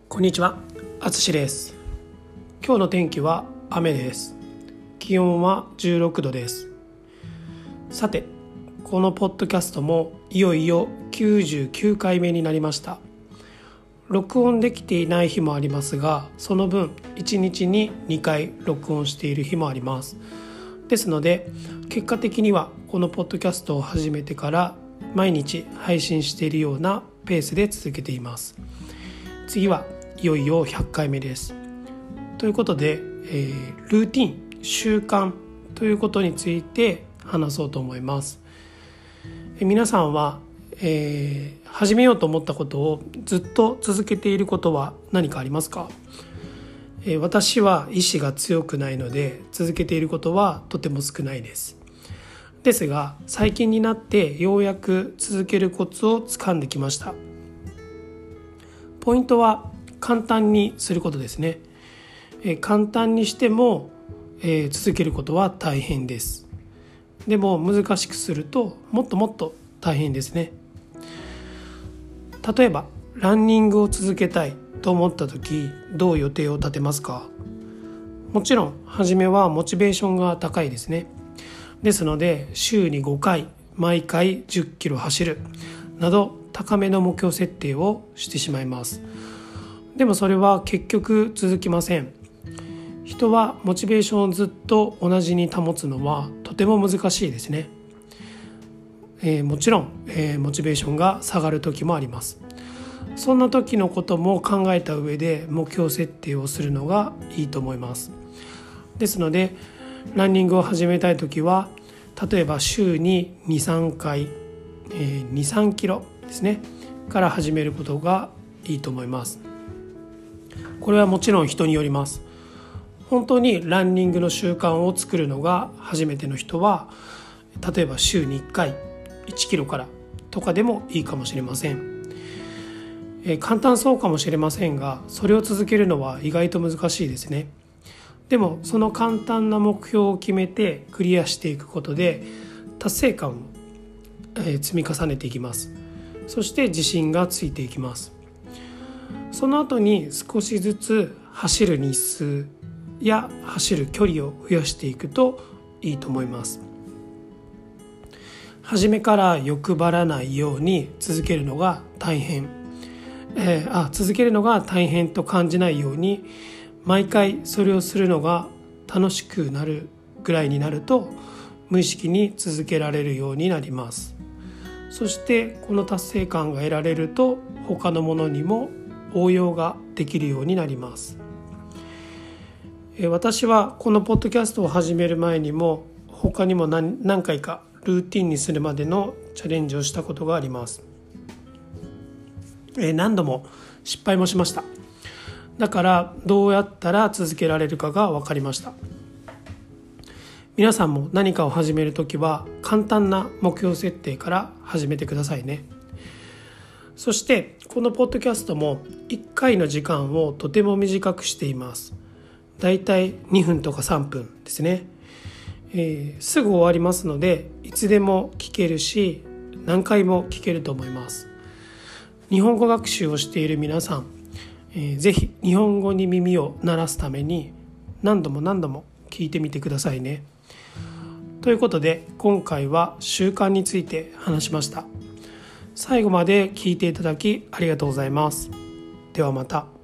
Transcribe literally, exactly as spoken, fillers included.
こんにちは、あつしです。今日の天気は雨です。気温はじゅうろくどです。さて、このポッドキャストもいよいよきゅうじゅうきゅうかいめになりました。録音できていない日もありますが、その分いちにちににかい録音している日もあります。ですので、結果的にはこのポッドキャストを始めてから毎日配信しているようなペースで続けています。次はいよいよひゃっかいめです。ということで、えー、ルーティン、習慣ということについて話そうと思います。えー、皆さんは、えー、始めようと思ったことをずっと続けていることは何かありますか？えー、私は意志が強くないので続けていることはとても少ないです。ですが最近になってようやく続けるコツをつかんできました。ポイントは簡単にすることですね。えー、簡単にしても、えー、続けることは大変です。でも難しくするともっともっと大変ですね。例えばランニングを続けたいと思った時、どう予定を立てますか？もちろん初めはモチベーションが高いですね。ですので週にごかい毎回じゅっキロ走るなど高めの目標設定をしてしまいます。でもそれは結局続きません。人はモチベーションをずっと同じに保つのはとても難しいですね。えー、もちろん、えー、モチベーションが下がる時もあります。そんな時のことも考えた上で目標設定をするのがいいと思います。ですのでランニングを始めたい時は例えば週に にさんかい、えー、にさんキロですねから始めることがいいと思います。これはもちろん人によります。本当にランニングの習慣を作るのが初めての人は例えば週にいっかいいちキロからとかでもいいかもしれません。えー、簡単そうかもしれませんが、それを続けるのは意外と難しいですね。でもその簡単な目標を決めてクリアしていくことで達成感を、えー、積み重ねていきます。そして自信がついていきます。その後に少しずつ走る日数や走る距離を増やしていくといいと思います。初めから欲張らないように続けるのが大変、えー、あ続けるのが大変と感じないように毎回それをするのが楽しくなるぐらいになると無意識に続けられるようになります。そしてこの達成感が得られると他のものにも応用ができるようになります。私はこのポッドキャストを始める前にも他にも 何, 何回かルーティンにするまでのチャレンジをしたことがあります。何度も失敗もしました。だからどうやったら続けられるかが分かりました。皆さんも何かを始めるときは簡単な目標設定から始めてくださいね。そしてこのポッドキャストもいっかいの時間をとても短くしています。だいたいにふんとかさんぷんですね。えー、すぐ終わりますのでいつでも聞けるし何回も聞けると思います。日本語学習をしている皆さん、えー、ぜひ日本語に耳を鳴らすために何度も何度も聞いてみてくださいね。ということで今回は習慣について話しました。最後まで聞いていただきありがとうございます。ではまた。